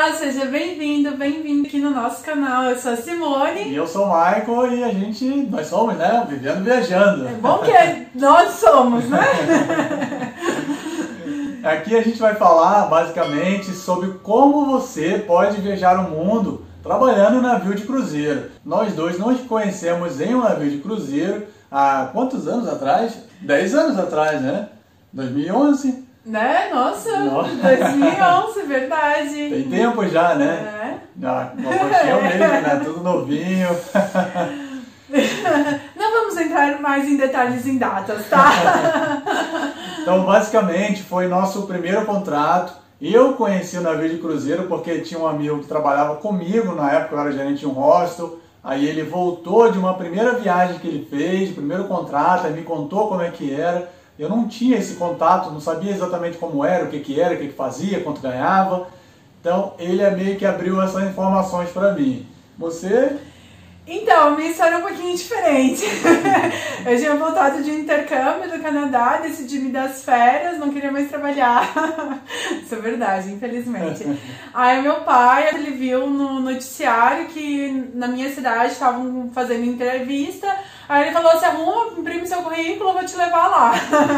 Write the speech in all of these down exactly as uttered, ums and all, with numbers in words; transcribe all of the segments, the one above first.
Olá, seja bem-vindo, bem-vindo aqui no nosso canal. Eu sou a Simone. E eu sou o Michael e a gente, nós somos, né? Vivendo Viajando. É bom que nós somos, né? Aqui a gente vai falar basicamente sobre como você pode viajar o mundo trabalhando em navio de cruzeiro. Nós dois nos conhecemos em um navio de cruzeiro há quantos anos atrás? dez anos atrás, né? dois mil e onze. Né? Nossa, Nossa. dois mil e onze, verdade. Tem tempo já, né? É. Ah, uma coxinha mesmo, né? Tudo novinho. Não vamos entrar mais em detalhes em datas, tá? Então, basicamente, foi nosso primeiro contrato. Eu conheci o navio de cruzeiro porque tinha um amigo que trabalhava comigo, na época eu era gerente de um hostel. Aí ele voltou de uma primeira viagem que ele fez, primeiro contrato, aí me contou como é que era. Eu não tinha esse contato, não sabia exatamente como era, o que que era, o que que fazia, quanto ganhava. Então, ele meio que abriu essas informações para mim. Você... Então, minha história é um pouquinho diferente. Eu tinha voltado de um intercâmbio do Canadá, decidi me dar as férias, não queria mais trabalhar. Isso é verdade, infelizmente. Aí meu pai, ele viu no noticiário que na minha cidade estavam fazendo entrevista. Aí ele falou assim, arruma, imprime seu currículo, eu vou te levar lá.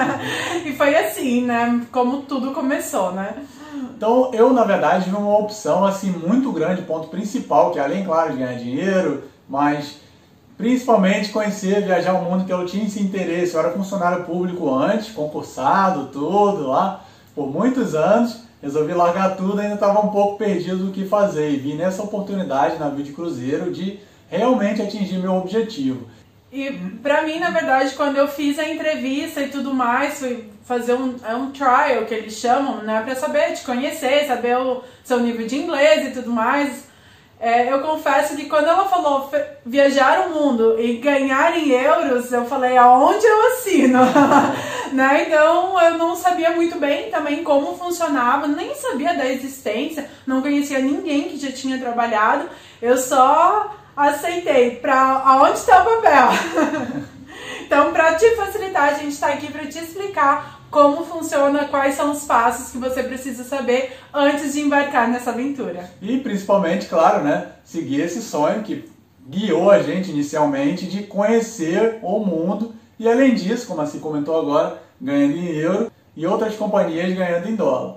E foi assim, né? Como tudo começou, né? Então, eu, na verdade, vi uma opção assim muito grande, ponto principal, que além, claro, de ganhar dinheiro, mas principalmente conhecer, viajar o mundo, que eu tinha esse interesse. Eu era funcionário público antes, concursado, tudo lá, por muitos anos. Resolvi largar tudo, ainda estava um pouco perdido do que fazer. E vi nessa oportunidade, navio de cruzeiro, de realmente atingir meu objetivo. E pra mim, na verdade, quando eu fiz a entrevista e tudo mais, fui fazer um, é um trial, que eles chamam, né, pra saber, te conhecer, saber o seu nível de inglês e tudo mais. É, eu confesso que quando ela falou viajar o mundo e ganhar em euros, eu falei, aonde eu assino? Né? Então, eu não sabia muito bem também como funcionava, nem sabia da existência, não conhecia ninguém que já tinha trabalhado, eu só aceitei. Pra aonde está o papel? Então, para te facilitar, a gente está aqui para te explicar como funciona, quais são os passos que você precisa saber antes de embarcar nessa aventura. E principalmente, claro, né, seguir esse sonho que guiou a gente inicialmente de conhecer o mundo e, além disso, como assim comentou agora, ganhando em euro e outras companhias ganhando em dólar.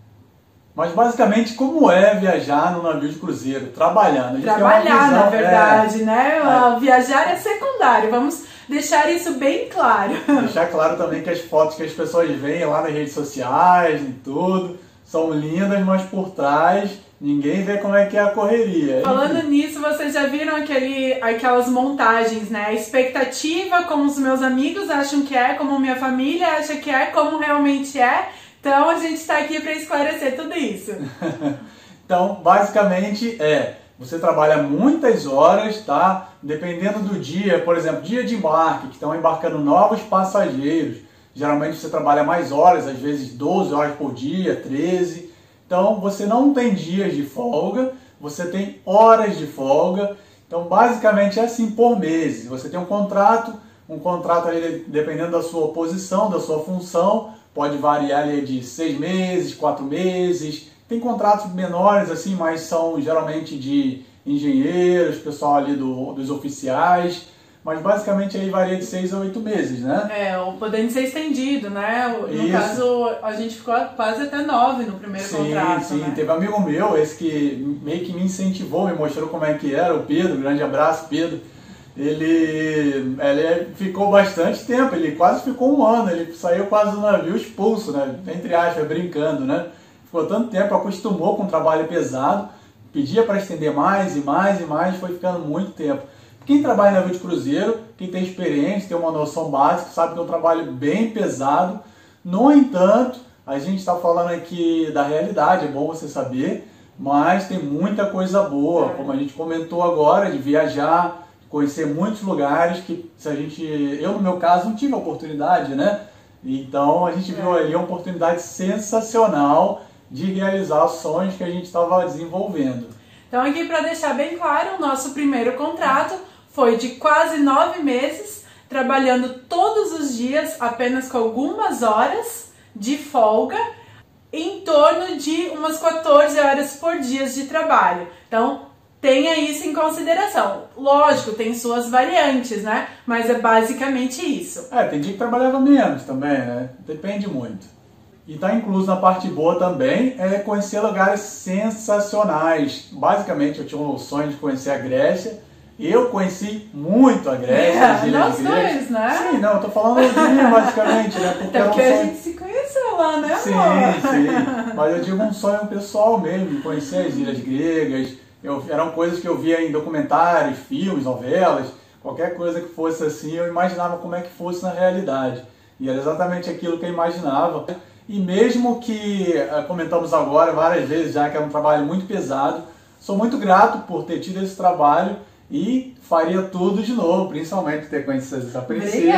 Mas basicamente, como é viajar no navio de cruzeiro? Trabalhando. A gente Trabalhar, tem uma visão, na verdade, é, né? É. Viajar é secundário, vamos deixar isso bem claro. Deixar claro também que as fotos que as pessoas veem lá nas redes sociais e tudo são lindas, mas por trás ninguém vê como é que é a correria. Falando nisso, vocês já viram aquele, aquelas montagens, né? A expectativa, como os meus amigos acham que é, como minha família acha que é, como realmente é. Então a gente está aqui para esclarecer tudo isso. Então, basicamente é, você trabalha muitas horas, tá? Dependendo do dia, por exemplo, dia de embarque, que estão embarcando novos passageiros. Geralmente você trabalha mais horas, às vezes doze horas por dia, treze. Então você não tem dias de folga, você tem horas de folga. Então basicamente é assim por meses. Você tem um contrato, um contrato ali, dependendo da sua posição, da sua função, pode variar ali de seis meses, quatro meses. Tem contratos menores assim, mas são geralmente de engenheiros, pessoal ali do, dos oficiais. Mas basicamente aí varia de seis a oito meses, né? É, ou podendo ser estendido, né? No Isso. caso, a gente ficou quase até nove no primeiro sim, contrato, Sim, né? Teve um amigo meu, esse que meio que me incentivou, me mostrou como é que era, o Pedro, grande abraço, Pedro. Ele, ele ficou bastante tempo, ele quase ficou um ano, ele saiu quase do navio expulso, né? Entre aspas, brincando, né? Ficou tanto tempo, acostumou com o trabalho pesado, pedia para estender mais e mais e mais, foi ficando muito tempo. Quem trabalha em navio de cruzeiro, quem tem experiência, tem uma noção básica, sabe que é um trabalho bem pesado. No entanto, a gente está falando aqui da realidade, é bom você saber, mas tem muita coisa boa, como a gente comentou agora, de viajar, conhecer muitos lugares que se a gente, eu no meu caso não tive a oportunidade, né? Então a gente viu ali uma oportunidade sensacional de realizar os sonhos que a gente estava desenvolvendo. Então aqui para deixar bem claro, o nosso primeiro contrato foi de quase nove meses, trabalhando todos os dias, apenas com algumas horas de folga. em torno de umas quatorze horas por dia de trabalho. Então, tenha isso em consideração. Lógico, tem suas variantes, né? Mas é basicamente isso. É, tem dia que trabalhava menos também, né? Depende muito. E está incluso na parte boa também é conhecer lugares sensacionais. Basicamente, eu tinha um sonho de conhecer a Grécia. Eu conheci muito a Grécia, É, as Ilhas nós dois, né? Sim, não, eu tô falando de mim, basicamente, né? Porque, Até porque um sonho... a gente se conheceu lá, né, sim, amor? Sim, mas eu digo um sonho pessoal mesmo, de conhecer as ilhas gregas. Eu, eram coisas que eu via em documentários, filmes, novelas, qualquer coisa que fosse assim, eu imaginava como é que fosse na realidade. E era exatamente aquilo que eu imaginava. E mesmo que, comentamos agora várias vezes já, que era um trabalho muito pesado, sou muito grato por ter tido esse trabalho e faria tudo de novo, principalmente ter conhecido essa princesa,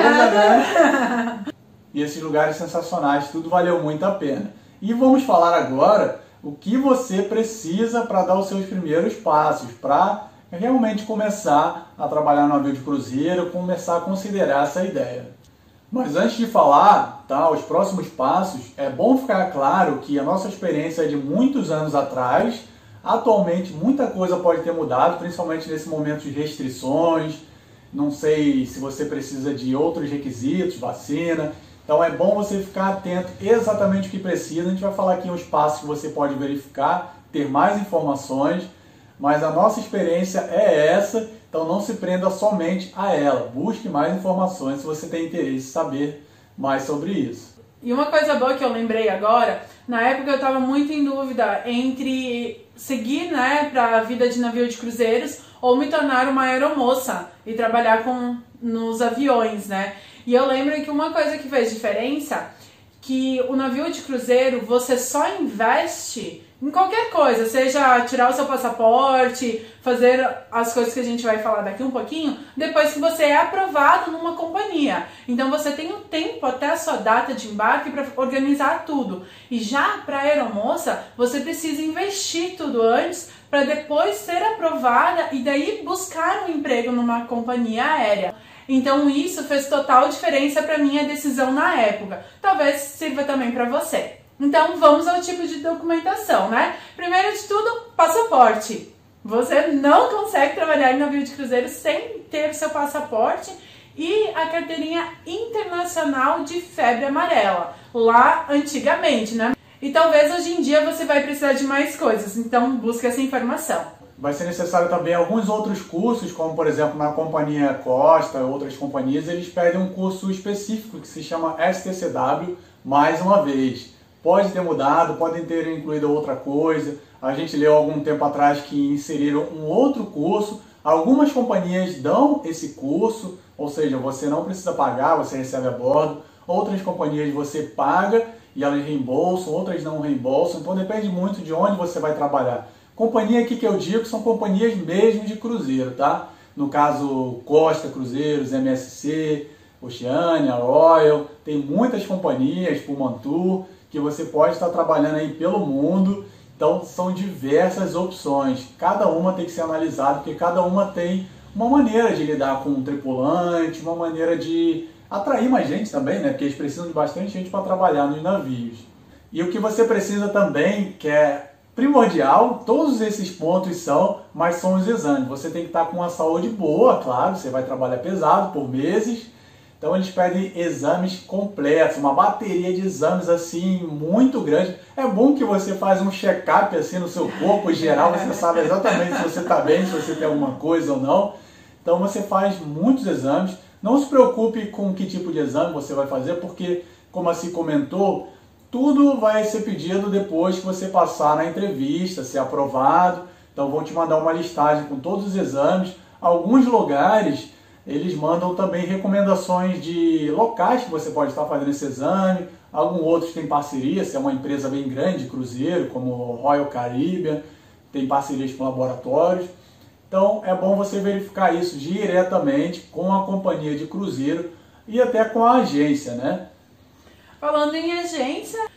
né? E esses lugares sensacionais, tudo valeu muito a pena. E vamos falar agora o que você precisa para dar os seus primeiros passos, para realmente começar a trabalhar no navio de cruzeiro, começar a considerar essa ideia. Mas antes de falar, tá, os próximos passos, é bom ficar claro que a nossa experiência é de muitos anos atrás. Atualmente muita coisa pode ter mudado, principalmente nesse momento de restrições. Não sei se você precisa de outros requisitos, vacina. Então é bom você ficar atento exatamente o que precisa. A gente vai falar aqui uns passos que você pode verificar, ter mais informações. Mas a nossa experiência é essa. Então não se prenda somente a ela, busque mais informações se você tem interesse em saber mais sobre isso. E uma coisa boa que eu lembrei agora, na época eu estava muito em dúvida entre seguir, né, para a vida de navio de cruzeiros ou me tornar uma aeromoça e trabalhar com, nos aviões, né? E eu lembro que uma coisa que fez diferença, que o navio de cruzeiro você só investe em qualquer coisa, seja tirar o seu passaporte, fazer as coisas que a gente vai falar daqui um pouquinho, depois que você é aprovado numa companhia. Então você tem um tempo até a sua data de embarque para organizar tudo. E já para a aeromoça, você precisa investir tudo antes para depois ser aprovada e daí buscar um emprego numa companhia aérea. Então isso fez total diferença para minha decisão na época. Talvez sirva também para você. Então vamos ao tipo de documentação, né? Primeiro de tudo, passaporte. Você não consegue trabalhar em navio de cruzeiro sem ter seu passaporte e a carteirinha internacional de febre amarela, lá antigamente, né? E talvez hoje em dia você vai precisar de mais coisas, então busque essa informação. Vai ser necessário também alguns outros cursos, como por exemplo na companhia Costa, outras companhias, eles pedem um curso específico que se chama S T C W, mais uma vez. Pode ter mudado, podem ter incluído outra coisa. A gente leu algum tempo atrás que inseriram um outro curso. Algumas companhias dão esse curso, ou seja, você não precisa pagar, você recebe a bordo. Outras companhias você paga e elas reembolsam, outras não reembolsam. Então depende muito de onde você vai trabalhar. Companhia aqui que eu digo são companhias mesmo de cruzeiro, tá? No caso, Costa Cruzeiros, M S C, Oceania, Royal, tem muitas companhias, Pumantur, que você pode estar trabalhando aí pelo mundo. Então são diversas opções, cada uma tem que ser analisada, porque cada uma tem uma maneira de lidar com um tripulante, uma maneira de atrair mais gente também, né? Porque eles precisam de bastante gente para trabalhar nos navios. E o que você precisa também, que é primordial, todos esses pontos são, mas são os exames. Você tem que estar com uma saúde boa, claro, você vai trabalhar pesado por meses. Então eles pedem exames completos, uma bateria de exames assim muito grande. É bom que você faz um check-up assim no seu corpo geral, você sabe exatamente se você está bem, se você tem alguma coisa ou não. Então você faz muitos exames. Não se preocupe com que tipo de exame você vai fazer, porque, como assim comentou, tudo vai ser pedido depois que você passar na entrevista, ser aprovado. Então vão te mandar uma listagem com todos os exames. Alguns lugares eles mandam também recomendações de locais que você pode estar fazendo esse exame. Alguns outros têm parceria, se é uma empresa bem grande, cruzeiro, como Royal Caribbean, tem parcerias com laboratórios. Então é bom você verificar isso diretamente com a companhia de cruzeiro e até com a agência, né? Falando em agência,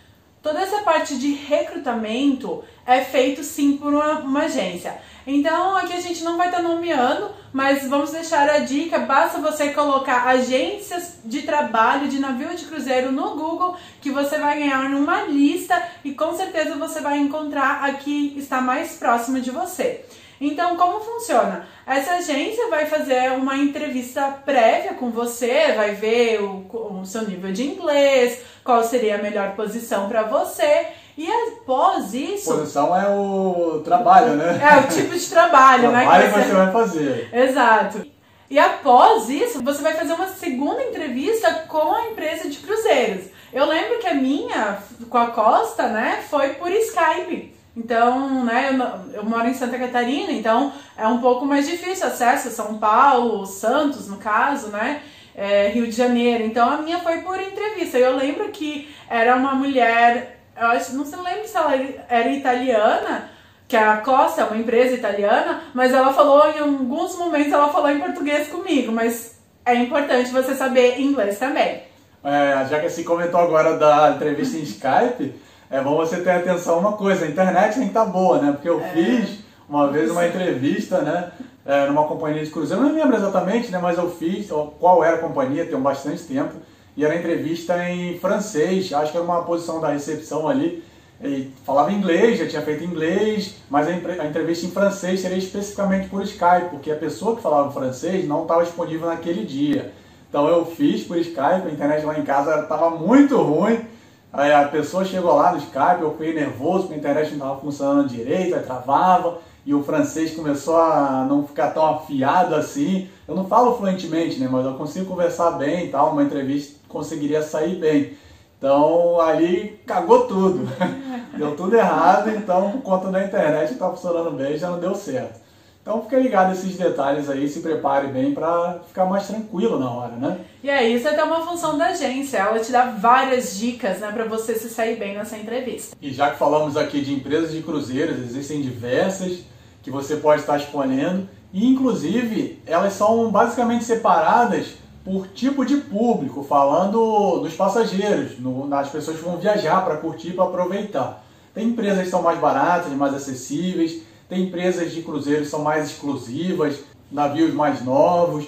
Toda essa parte de recrutamento é feito sim por uma, uma agência. Então aqui a gente não vai estar nomeando, mas vamos deixar a dica, basta você colocar agências de trabalho de navio de cruzeiro no Google, que você vai ganhar numa lista e com certeza você vai encontrar a que está mais próxima de você. Então, como funciona? Essa agência vai fazer uma entrevista prévia com você, vai ver o, o seu nível de inglês, qual seria a melhor posição para você. E após isso... Posição é o trabalho, né? É o tipo de trabalho, o né? trabalho que você... você vai fazer. Exato. E após isso, você vai fazer uma segunda entrevista com a empresa de cruzeiros. Eu lembro que a minha, com a Costa, né, foi por Skype. Então, né, eu, eu moro em Santa Catarina, então é um pouco mais difícil acesso a São Paulo, Santos, no caso, né, é, Rio de Janeiro. Então, a minha foi por entrevista. Eu lembro que era uma mulher, eu acho, não sei, não lembro se ela era italiana, que a Costa é uma empresa italiana, mas ela falou, em alguns momentos, ela falou em português comigo, mas é importante você saber inglês também. É, já que você comentou agora da entrevista em Skype, é bom você ter atenção a uma coisa, a internet tem que estar boa, né? Porque eu é. fiz uma vez uma entrevista, né? É, numa companhia de cruzeiro, não lembro exatamente, né? Mas eu fiz, qual era a companhia, tem bastante tempo, e era entrevista em francês, acho que era uma posição da recepção ali, e falava inglês, já tinha feito inglês, mas a, a entrevista em francês seria especificamente por Skype, porque a pessoa que falava francês não estava disponível naquele dia. Então eu fiz por Skype, a internet lá em casa estava muito ruim. Aí a pessoa chegou lá no Skype, eu fiquei nervoso porque a internet não estava funcionando direito, aí travava, e o francês começou a não ficar tão afiado assim. Eu não falo fluentemente, né, mas eu consigo conversar bem e tal, uma entrevista conseguiria sair bem. Então ali cagou tudo, deu tudo errado, então por conta da internet estava funcionando bem, já não deu certo. Então fica ligado nesses detalhes aí, se prepare bem para ficar mais tranquilo na hora, né? E aí, isso é até uma função da agência, ela te dá várias dicas, né, para você se sair bem nessa entrevista. E já que falamos aqui de empresas de cruzeiros, existem diversas que você pode estar escolhendo, e inclusive elas são basicamente separadas por tipo de público, falando dos passageiros, no, nas pessoas que vão viajar para curtir, para aproveitar. Tem empresas que são mais baratas, mais acessíveis, tem empresas de cruzeiros que são mais exclusivas, navios mais novos,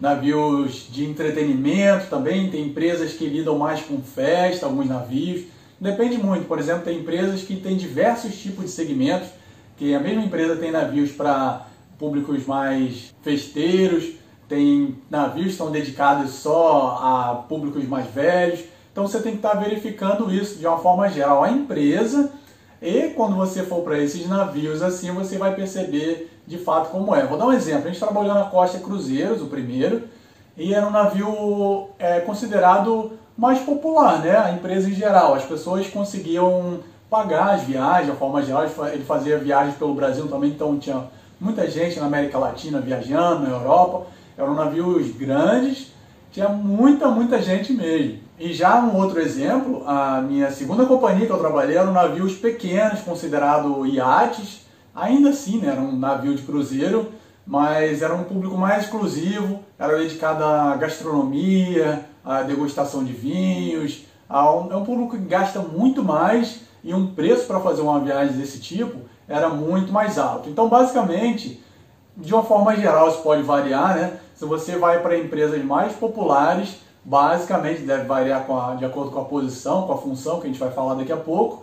navios de entretenimento também, tem empresas que lidam mais com festa, alguns navios. Depende muito, por exemplo, tem empresas que têm diversos tipos de segmentos, que a mesma empresa tem navios para públicos mais festeiros, tem navios que são dedicados só a públicos mais velhos. Então você tem que estar verificando isso de uma forma geral. A empresa... E quando você for para esses navios assim, você vai perceber de fato como é. Vou dar um exemplo. A gente trabalhou na Costa Cruzeiros, o primeiro, e era um navio é, considerado mais popular, né? A empresa em geral. As pessoas conseguiam pagar as viagens, de forma geral. Ele fazia viagens pelo Brasil também, então tinha muita gente na América Latina viajando, na Europa. Eram navios grandes, tinha muita, muita gente mesmo. E já um outro exemplo, a minha segunda companhia que eu trabalhei eram navios pequenos, considerados iates, ainda assim, né, era um navio de cruzeiro, mas era um público mais exclusivo, era dedicado à gastronomia, à degustação de vinhos, a um, é um público que gasta muito mais e um preço para fazer uma viagem desse tipo era muito mais alto. Então, basicamente, de uma forma geral, isso pode variar, né? Se você vai para empresas mais populares, basicamente deve variar com a, de acordo com a posição, com a função, que a gente vai falar daqui a pouco.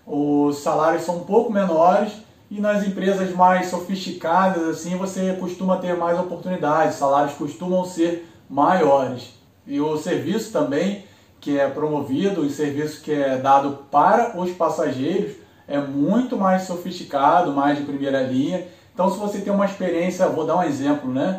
Os salários são um pouco menores e nas empresas mais sofisticadas, assim, você costuma ter mais oportunidades, salários costumam ser maiores. E o serviço também, que é promovido, o serviço que é dado para os passageiros, é muito mais sofisticado, mais de primeira linha. Então, se você tem uma experiência, vou dar um exemplo, né,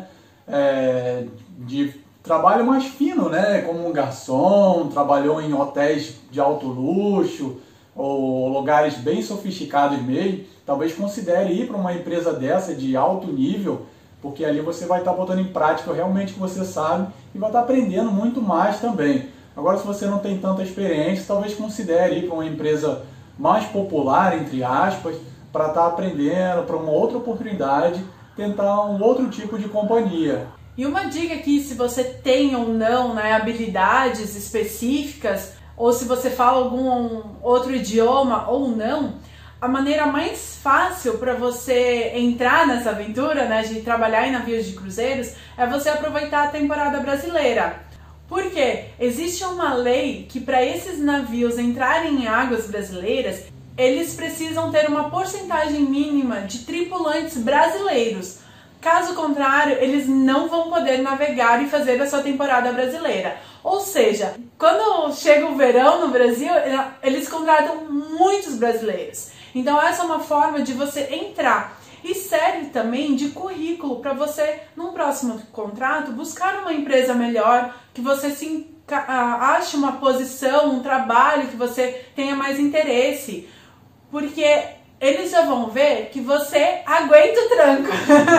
é, de trabalho mais fino, né, como um garçom, trabalhou em hotéis de alto luxo ou lugares bem sofisticados mesmo, talvez considere ir para uma empresa dessa de alto nível, porque ali você vai estar botando em prática realmente o que você sabe e vai estar aprendendo muito mais também. Agora, se você não tem tanta experiência, talvez considere ir para uma empresa mais popular, entre aspas, para estar aprendendo, para uma outra oportunidade, tentar um outro tipo de companhia. E uma dica aqui, se você tem ou não, né, habilidades específicas, ou se você fala algum outro idioma ou não, a maneira mais fácil para você entrar nessa aventura, né, de trabalhar em navios de cruzeiros, é você aproveitar a temporada brasileira. Porque existe uma lei que para esses navios entrarem em águas brasileiras, eles precisam ter uma porcentagem mínima de tripulantes brasileiros. Caso contrário, eles não vão poder navegar e fazer a sua temporada brasileira. Ou seja, quando chega o verão no Brasil, eles contratam muitos brasileiros. Então essa é uma forma de você entrar. E serve também de currículo para você, num próximo contrato, buscar uma empresa melhor, que você se ache uma posição, um trabalho que você tenha mais interesse. Porque eles já vão ver que você aguenta o tranco,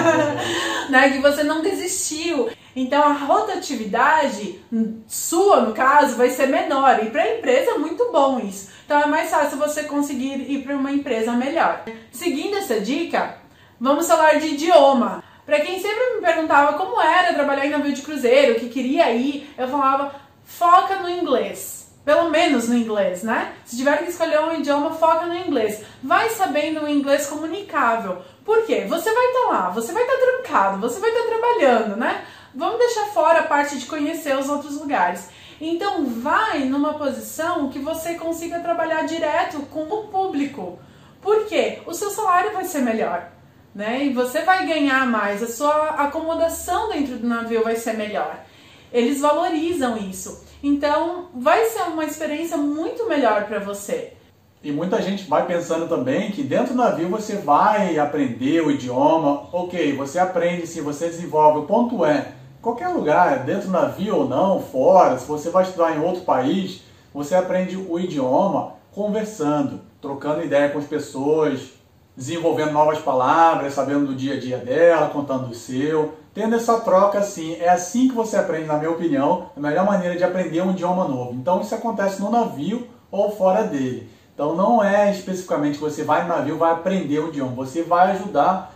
né? Que você não desistiu. Então a rotatividade sua, no caso, vai ser menor. E para a empresa é muito bom isso. Então é mais fácil você conseguir ir para uma empresa melhor. Seguindo essa dica, vamos falar de idioma. Para quem sempre me perguntava como era trabalhar em navio de cruzeiro, que queria ir, eu falava, foca no inglês. Pelo menos no inglês, né? Se tiver que escolher um idioma, foca no inglês. Vai sabendo o inglês comunicável. Por quê? Você vai estar lá, você vai estar trancado, você vai estar trabalhando, né? Vamos deixar fora a parte de conhecer os outros lugares. Então vai numa posição que você consiga trabalhar direto com o público. Por quê? O seu salário vai ser melhor, né? E você vai ganhar mais, a sua acomodação dentro do navio vai ser melhor. Eles valorizam isso. Então, vai ser uma experiência muito melhor para você. E muita gente vai pensando também que dentro do navio você vai aprender o idioma. Ok, você aprende sim, você desenvolve. O ponto é, qualquer lugar, dentro do navio ou não, fora, se você vai estudar em outro país, você aprende o idioma conversando, trocando ideia com as pessoas, desenvolvendo novas palavras, sabendo do dia a dia dela, contando o seu. Tendo essa troca assim, é assim que você aprende, na minha opinião, a melhor maneira de aprender um idioma novo. Então isso acontece no navio ou fora dele. Então não é especificamente que você vai no navio vai aprender um idioma, você vai ajudar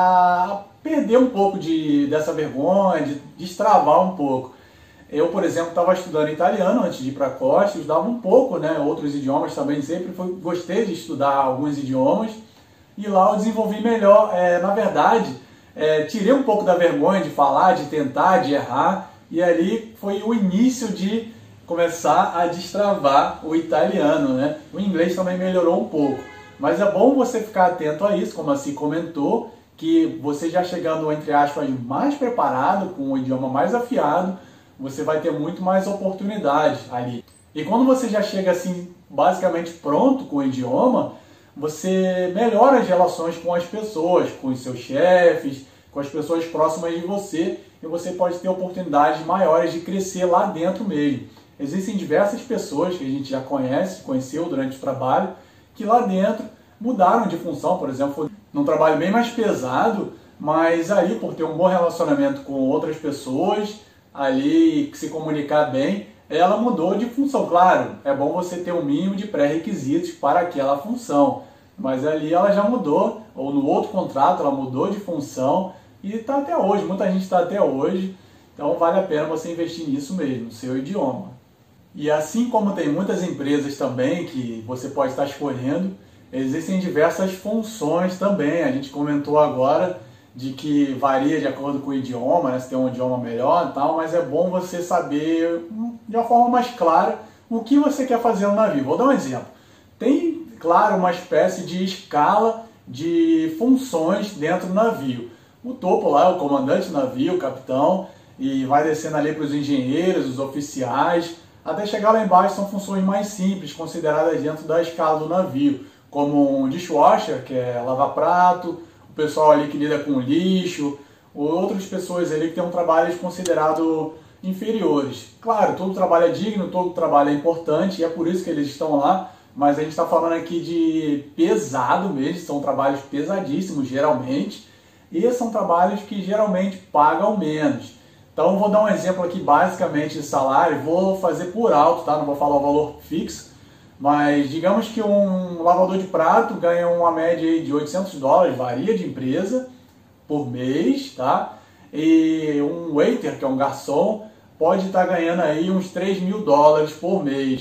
a perder um pouco de, dessa vergonha, de destravar um pouco. Eu, por exemplo, estava estudando italiano antes de ir para a costa, estudava um pouco, né, outros idiomas também, sempre foi, gostei de estudar alguns idiomas e lá eu desenvolvi melhor, é, na verdade... É, tirei um pouco da vergonha de falar, de tentar, de errar, e ali foi o início de começar a destravar o italiano, né? O inglês também melhorou um pouco, mas é bom você ficar atento a isso, como a Si comentou, que você já chegando, entre aspas, mais preparado, com o idioma mais afiado, você vai ter muito mais oportunidades ali. E quando você já chega assim, basicamente pronto com o idioma, você melhora as relações com as pessoas, com os seus chefes, com as pessoas próximas de você, e você pode ter oportunidades maiores de crescer lá dentro mesmo. Existem diversas pessoas que a gente já conhece, conheceu durante o trabalho, que lá dentro mudaram de função, por exemplo, num trabalho bem mais pesado, mas ali por ter um bom relacionamento com outras pessoas, ali se comunicar bem, ela mudou de função. Claro, é bom você ter um mínimo de pré-requisitos para aquela função, mas ali ela já mudou, ou no outro contrato ela mudou de função e está até hoje, muita gente está até hoje, então vale a pena você investir nisso mesmo, no seu idioma. E assim como tem muitas empresas também que você pode estar escolhendo, existem diversas funções também. A gente comentou agora de que varia de acordo com o idioma, né? Se tem um idioma melhor e tal, mas é bom você saber de uma forma mais clara o que você quer fazer no navio. Vou dar um exemplo. Tem, claro, uma espécie de escala de funções dentro do navio. O topo lá é o comandante do navio, o capitão, e vai descendo ali para os engenheiros, os oficiais, até chegar lá embaixo são funções mais simples, consideradas dentro da escala do navio, como um dishwasher, que é lavar prato, o pessoal ali que lida com lixo, outras pessoas ali que têm um trabalho considerado inferiores. Claro, todo trabalho é digno, todo trabalho é importante, e é por isso que eles estão lá, mas a gente está falando aqui de pesado mesmo, são trabalhos pesadíssimos geralmente, e são trabalhos que geralmente pagam menos. Então vou dar um exemplo aqui basicamente de salário, vou fazer por alto, tá? Não vou falar o valor fixo, mas digamos que um lavador de prato ganha uma média de oitocentos dólares, varia de empresa, por mês, tá? E um waiter, que é um garçom, pode estar ganhando aí uns três mil dólares por mês.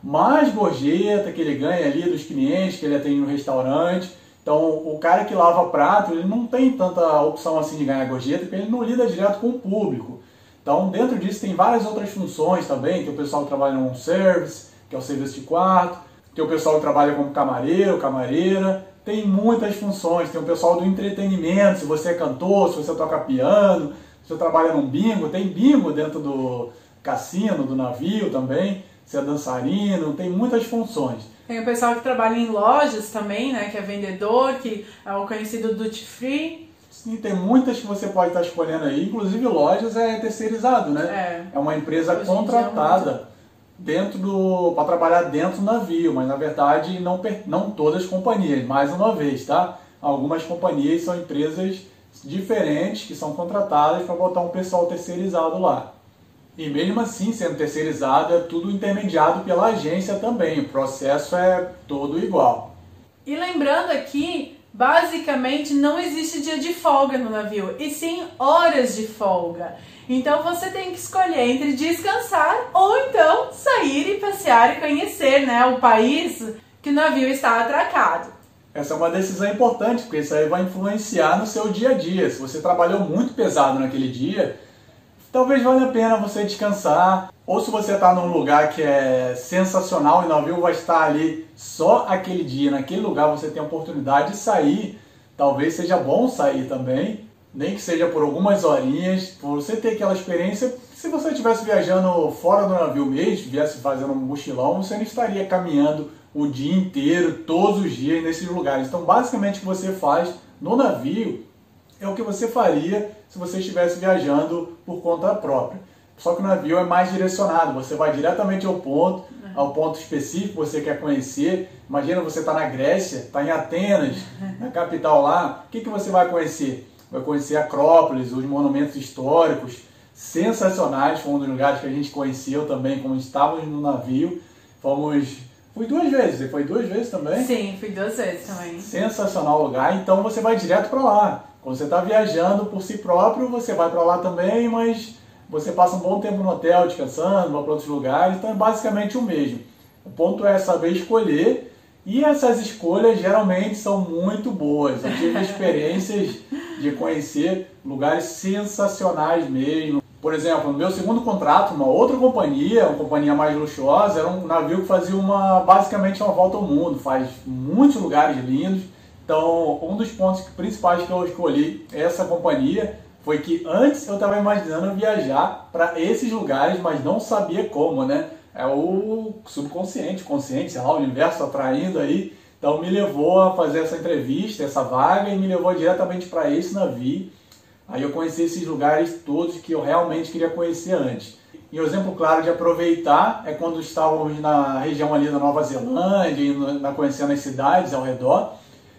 mais gorjeta que ele ganha ali dos clientes que ele atende no restaurante. Então, o cara que lava prato, ele não tem tanta opção assim de ganhar gorjeta, porque ele não lida direto com o público. Então, dentro disso tem várias outras funções também. Tem o pessoal que trabalha no service, que é o serviço de quarto. Tem o pessoal que trabalha como camareiro, camareira. Tem muitas funções. Tem o pessoal do entretenimento, se você é cantor, se você toca piano, se você trabalha num bingo. Tem bingo dentro do cassino, do navio também. Se é dançarino, tem muitas funções. Tem o pessoal que trabalha em lojas também, né? Que é vendedor, que é o conhecido duty free. Sim, tem muitas que você pode estar escolhendo aí. Inclusive lojas é terceirizado, né? É, é uma empresa Hoje contratada dentro do para trabalhar dentro do navio, mas na verdade não, não todas as companhias, mais uma vez, tá? Algumas companhias são empresas diferentes que são contratadas para botar um pessoal terceirizado lá. E mesmo assim, sendo terceirizado, é tudo intermediado pela agência também. O processo é todo igual. E lembrando aqui, basicamente não existe dia de folga no navio, e sim horas de folga. Então você tem que escolher entre descansar ou então sair e passear e conhecer, né, o país que o navio está atracado. Essa é uma decisão importante, porque isso aí vai influenciar no seu dia a dia. Se você trabalhou muito pesado naquele dia, talvez valha a pena você descansar. Ou se você está num lugar que é sensacional e o navio vai estar ali só aquele dia, naquele lugar você tem a oportunidade de sair, talvez seja bom sair também, nem que seja por algumas horinhas, por você ter aquela experiência. Se você estivesse viajando fora do navio mesmo, estivesse fazendo um mochilão, você não estaria caminhando o dia inteiro, todos os dias nesses lugares. Então basicamente o que você faz no navio é o que você faria se você estivesse viajando por conta própria. Só que o navio é mais direcionado, você vai diretamente ao ponto, ao ponto específico que você quer conhecer. Imagina você está na Grécia, está em Atenas, na capital lá, o que, que você vai conhecer? Vai conhecer a Acrópolis, os monumentos históricos, sensacionais, foi um dos lugares que a gente conheceu também, quando estávamos no navio. Fomos, fui duas vezes, você foi duas vezes também? Sim, fui duas vezes também. Sensacional lugar, então você vai direto para lá. Quando você está viajando por si próprio, você vai para lá também, mas você passa um bom tempo no hotel, descansando, vai para outros lugares, então é basicamente o mesmo. O ponto é saber escolher, e essas escolhas geralmente são muito boas. Eu tive experiências de conhecer lugares sensacionais mesmo. Por exemplo, no meu segundo contrato, uma outra companhia, uma companhia mais luxuosa, era um navio que fazia uma, basicamente uma volta ao mundo, faz muitos lugares lindos. Então, um dos pontos principais que eu escolhi essa companhia foi que antes eu estava imaginando viajar para esses lugares, mas não sabia como, né? É o subconsciente, consciente, sei lá, o universo atraindo aí. Então me levou a fazer essa entrevista, essa vaga, e me levou diretamente para esse navio. Aí eu conheci esses lugares todos que eu realmente queria conhecer antes. E um exemplo claro de aproveitar é quando estávamos na região ali da Nova Zelândia, e na, conhecendo as cidades ao redor.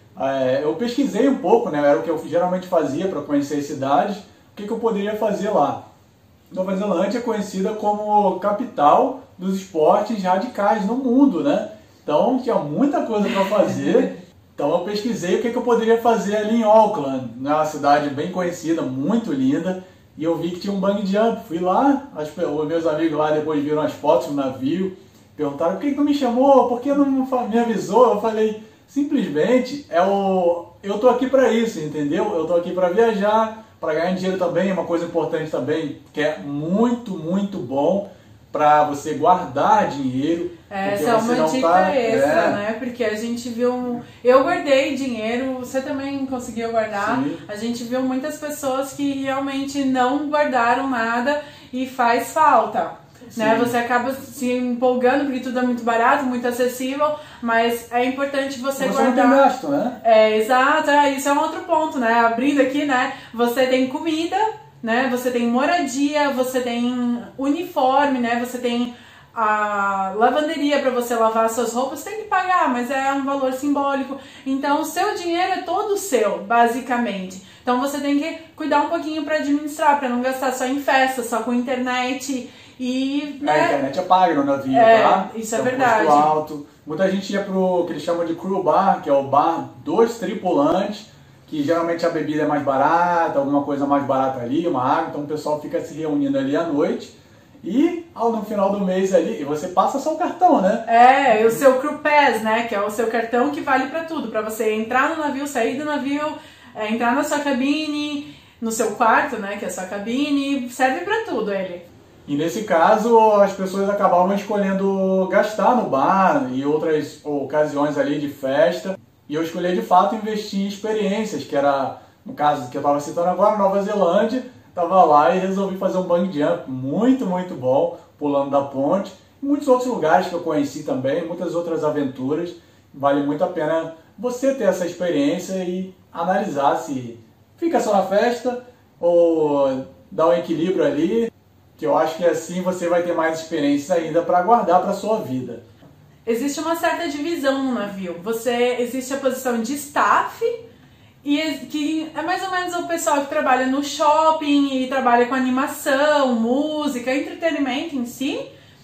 É, eu pesquisei um pouco, né? Era o que eu geralmente fazia para conhecer as cidades, o que, que eu poderia fazer lá. Nova Zelândia é conhecida como capital dos esportes radicais no mundo, né? Então tinha muita coisa para fazer. Então eu pesquisei o que, que eu poderia fazer ali em Auckland, né? Uma cidade bem conhecida, muito linda, e eu vi que tinha um bungee jump. Fui lá, as, os meus amigos lá depois viram as fotos no navio, perguntaram por que, que não me chamou, por que não me avisou. Eu falei, simplesmente é o, eu tô aqui para isso, entendeu? Eu tô aqui para viajar, para ganhar dinheiro também. É uma coisa importante também, que é muito, muito bom para você guardar dinheiro. Essa é uma dica tá, extra, é... né? Porque a gente viu... Eu guardei dinheiro, você também conseguiu guardar. Sim. A gente viu muitas pessoas que realmente não guardaram nada e faz falta. Né? Você acaba se empolgando porque tudo é muito barato, muito acessível, mas é importante você, você guardar. Você não tem gasto, né? É, exato. É, isso é um outro ponto, né? Abrindo aqui, né? Você tem comida, né? Você tem moradia, você tem uniforme, né? Você tem a lavanderia para você lavar suas roupas, você tem que pagar, mas é um valor simbólico. Então o seu dinheiro é todo seu, basicamente. Então você tem que cuidar um pouquinho para administrar, para não gastar só em festa, só com internet e... Né? A internet é paga no navio, é, tá? Isso é, é um verdade. Custo alto. Muita gente ia pro que eles chamam de crew bar, que é o bar dos tripulantes, que geralmente a bebida é mais barata, alguma coisa mais barata ali, uma água, então o pessoal fica se reunindo ali à noite. E ao, no final do mês ali, você passa seu cartão, né? É, e o seu Crew Pass, né? Que é o seu cartão que vale pra tudo. Pra você entrar no navio, sair do navio, é, entrar na sua cabine, no seu quarto, né? Que é a sua cabine, serve pra tudo ele. E nesse caso, as pessoas acabavam escolhendo gastar no bar e outras ocasiões ali de festa. E eu escolhi de fato investir em experiências, que era, no caso que eu estava citando agora, Nova Zelândia. Estava lá e resolvi fazer um bungee jump muito, muito bom, pulando da ponte. E muitos outros lugares que eu conheci também, muitas outras aventuras. Vale muito a pena você ter essa experiência e analisar se fica só na festa ou dá um equilíbrio ali, que eu acho que assim você vai ter mais experiências ainda para guardar para sua vida. Existe uma certa divisão no navio. Você existe a posição de staff, e que é mais ou menos o pessoal que trabalha no shopping e trabalha com animação, música, entretenimento em si.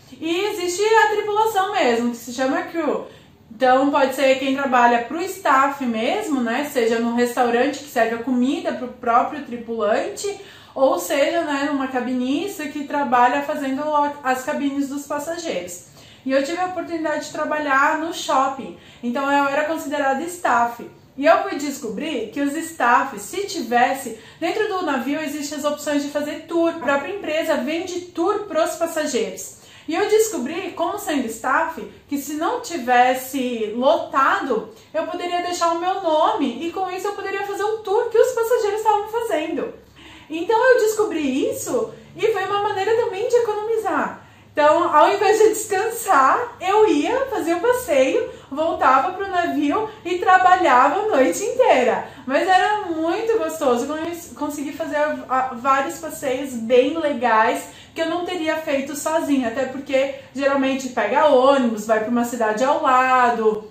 E existe a tripulação mesmo, que se chama crew. Então pode ser quem trabalha para o staff mesmo, né? Seja num restaurante que serve a comida para o próprio tripulante, ou seja, né, numa cabinista que trabalha fazendo as cabines dos passageiros. E eu tive a oportunidade de trabalhar no shopping, então eu era considerada staff. E eu fui descobrir que os staffs, se tivesse, dentro do navio existem as opções de fazer tour. A própria empresa vende tour para os passageiros. E eu descobri, como sendo staff, que se não tivesse lotado, eu poderia deixar o meu nome e com isso eu poderia fazer o tour que os passageiros estavam fazendo. Então eu descobri isso e foi uma maneira também de economizar. Então, ao invés de descansar, eu ia fazer o passeio, voltava para o navio e trabalhava a noite inteira. Mas era muito gostoso, consegui fazer vários passeios bem legais que eu não teria feito sozinha, até porque geralmente pega ônibus, vai para uma cidade ao lado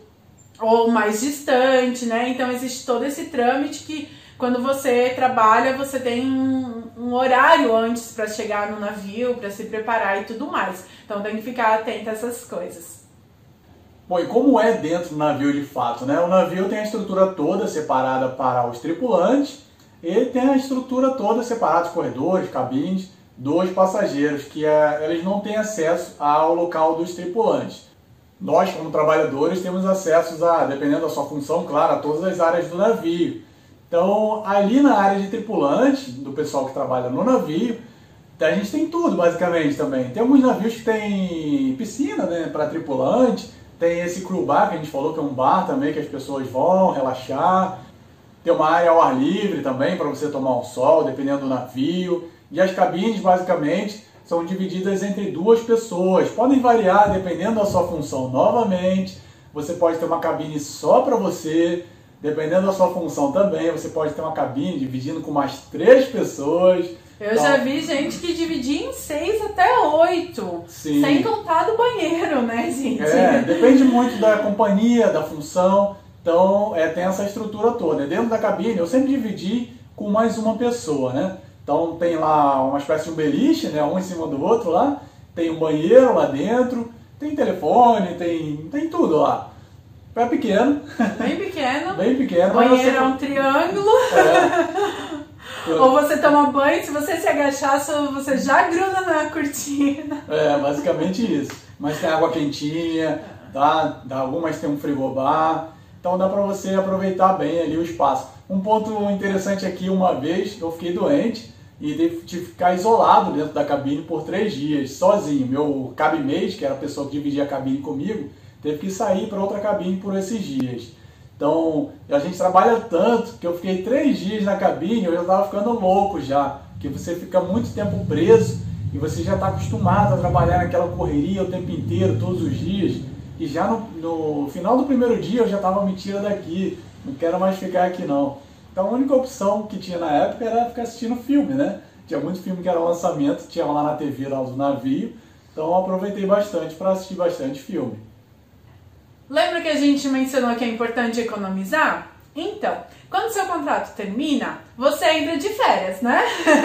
ou mais distante, né? Então existe todo esse trâmite que quando você trabalha, você tem um, um horário antes para chegar no navio, para se preparar e tudo mais. Então tem que ficar atento a essas coisas. Bom, e como é dentro do navio de fato, né? O navio tem a estrutura toda separada para os tripulantes, ele tem a estrutura toda separada, os corredores, cabines, dos passageiros, que é, eles não têm acesso ao local dos tripulantes. Nós, como trabalhadores, temos acesso a, dependendo da sua função, claro, a todas as áreas do navio. Então, ali na área de tripulante, do pessoal que trabalha no navio, a gente tem tudo, basicamente, também. Tem alguns navios que tem piscina, né, para tripulante, tem esse crew bar, que a gente falou que é um bar também, que as pessoas vão relaxar. Tem uma área ao ar livre também, para você tomar um sol, dependendo do navio. E as cabines, basicamente, são divididas entre duas pessoas. Podem variar, dependendo da sua função. Novamente, você pode ter uma cabine só para você. Dependendo da sua função também, você pode ter uma cabine dividindo com mais três pessoas. Eu então, já vi gente que dividia em seis até oito. Sim. Sem contar do banheiro, né, gente? É, depende muito da companhia, da função. Então, é, tem essa estrutura toda. Dentro da cabine, eu sempre dividi com mais uma pessoa, né? Então, tem lá uma espécie de um beliche, né? Um em cima do outro lá. Tem um banheiro lá dentro. Tem telefone, tem, tem tudo lá. É pequeno. Bem pequeno. Bem pequeno. O banheiro você... é um triângulo. É. Ou você toma banho, se você se agachar, você já gruda na cortina. É, basicamente isso. Mas tem água quentinha, tá? Algumas tem um frigobar. Então dá pra você aproveitar bem ali o espaço. Um ponto interessante aqui, uma vez eu fiquei doente e tive que ficar isolado dentro da cabine por três dias, sozinho. Meu cabimate, que era a pessoa que dividia a cabine comigo, teve que sair para outra cabine por esses dias. Então, a gente trabalha tanto que eu fiquei três dias na cabine e eu já estava ficando louco já. Porque você fica muito tempo preso e você já está acostumado a trabalhar naquela correria o tempo inteiro, todos os dias. E já no, no final do primeiro dia eu já estava me tira daqui, não quero mais ficar aqui não. Então a única opção que tinha na época era ficar assistindo filme, né? Tinha muito filme que era lançamento, tinha lá na T V lá do navio. Então eu aproveitei bastante para assistir bastante filme. Lembra que a gente mencionou que é importante economizar? Então, quando seu contrato termina, você entra de férias, né?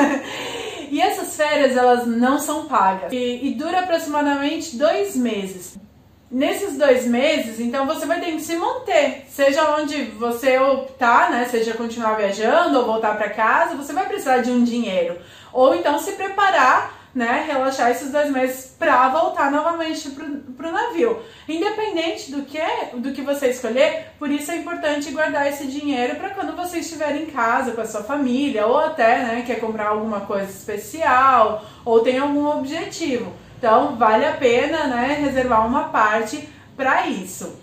E essas férias, elas não são pagas. E, e dura aproximadamente dois meses. Nesses dois meses, então, você vai ter que se manter. Seja onde você optar, né? Seja continuar viajando ou voltar para casa, você vai precisar de um dinheiro. Ou então se preparar né, relaxar esses dois meses para voltar novamente pro, pro navio. Independente do que, do que você escolher, por isso é importante guardar esse dinheiro para quando você estiver em casa com a sua família, ou até, né, quer comprar alguma coisa especial, ou tem algum objetivo. Então, vale a pena, né, reservar uma parte para isso.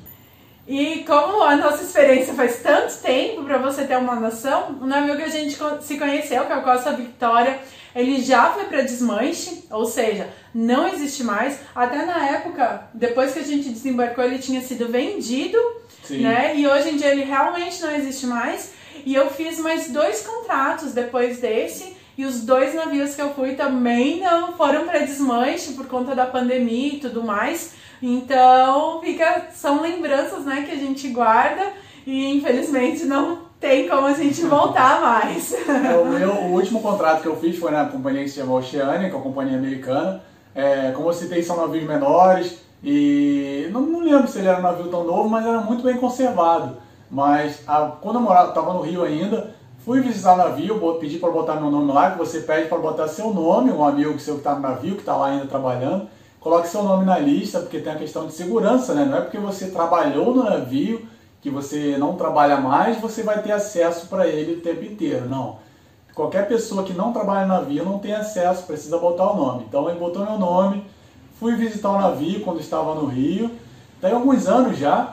E como a nossa experiência faz tanto tempo, para você ter uma noção, o navio que a gente se conheceu, que é o Costa Victoria, ele já foi para desmanche, ou seja, não existe mais. Até na época, depois que a gente desembarcou, ele tinha sido vendido, Sim. né? E hoje em dia ele realmente não existe mais. E eu fiz mais dois contratos depois desse, e os dois navios que eu fui também não foram para desmanche por conta da pandemia e tudo mais. Então, fica, são lembranças, né, que a gente guarda e infelizmente não tem como a gente voltar mais. É, o, meu, o último contrato que eu fiz foi na companhia que se chama Oceania, que é uma companhia americana. É, como eu citei, são navios menores e não, não lembro se ele era um navio tão novo, mas era muito bem conservado. Mas a, quando eu estava no Rio ainda, fui visitar o navio, pedi para botar meu nome lá, que você pede para botar seu nome, um amigo seu que está no navio, que está lá ainda trabalhando. Coloque seu nome na lista, porque tem a questão de segurança, né? Não é porque você trabalhou no navio, que você não trabalha mais, você vai ter acesso para ele o tempo inteiro. Não. Qualquer pessoa que não trabalha no navio não tem acesso, precisa botar o nome. Então ele botou meu nome, fui visitar o navio quando estava no Rio, tem alguns anos já,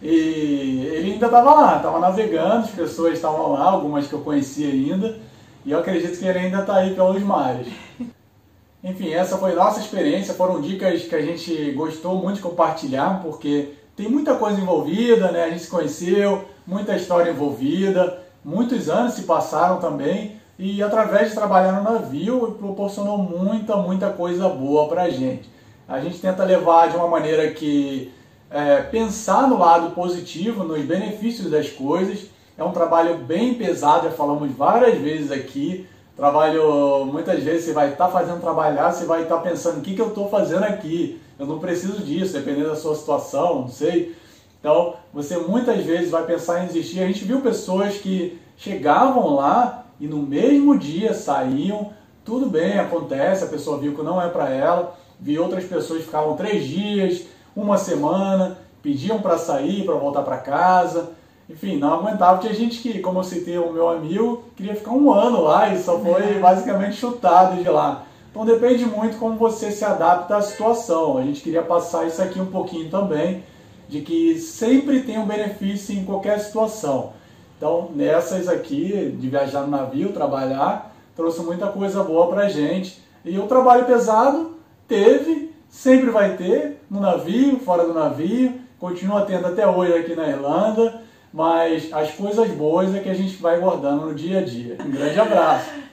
e ele ainda estava lá, estava navegando, as pessoas estavam lá, algumas que eu conhecia ainda, e eu acredito que ele ainda está aí pelos mares. Enfim, essa foi nossa experiência, foram dicas que a gente gostou muito de compartilhar, porque tem muita coisa envolvida, né? A gente se conheceu, muita história envolvida, muitos anos se passaram também, e através de trabalhar no navio, proporcionou muita, muita coisa boa pra gente. A gente tenta levar de uma maneira que é, pensar no lado positivo, nos benefícios das coisas. É um trabalho bem pesado, já falamos várias vezes aqui. Trabalho, muitas vezes você vai estar fazendo trabalhar, você vai estar pensando, o que, que eu estou fazendo aqui? Eu não preciso disso, dependendo da sua situação, não sei. Então, você muitas vezes vai pensar em desistir. A gente viu pessoas que chegavam lá e no mesmo dia saíam, tudo bem, acontece, a pessoa viu que não é para ela. Vi outras pessoas que ficavam três dias, uma semana, pediam para sair, para voltar para casa. Enfim, não aguentava. Tinha gente que, como eu citei o meu amigo, queria ficar um ano lá e só foi basicamente chutado de lá. Então depende muito como você se adapta à situação. A gente queria passar isso aqui um pouquinho também, de que sempre tem um benefício em qualquer situação. Então nessas aqui, de viajar no navio, trabalhar, trouxe muita coisa boa pra gente. E o trabalho pesado teve, sempre vai ter, no navio, fora do navio, continua tendo até hoje aqui na Irlanda. Mas as coisas boas é que a gente vai guardando no dia a dia. Um grande abraço!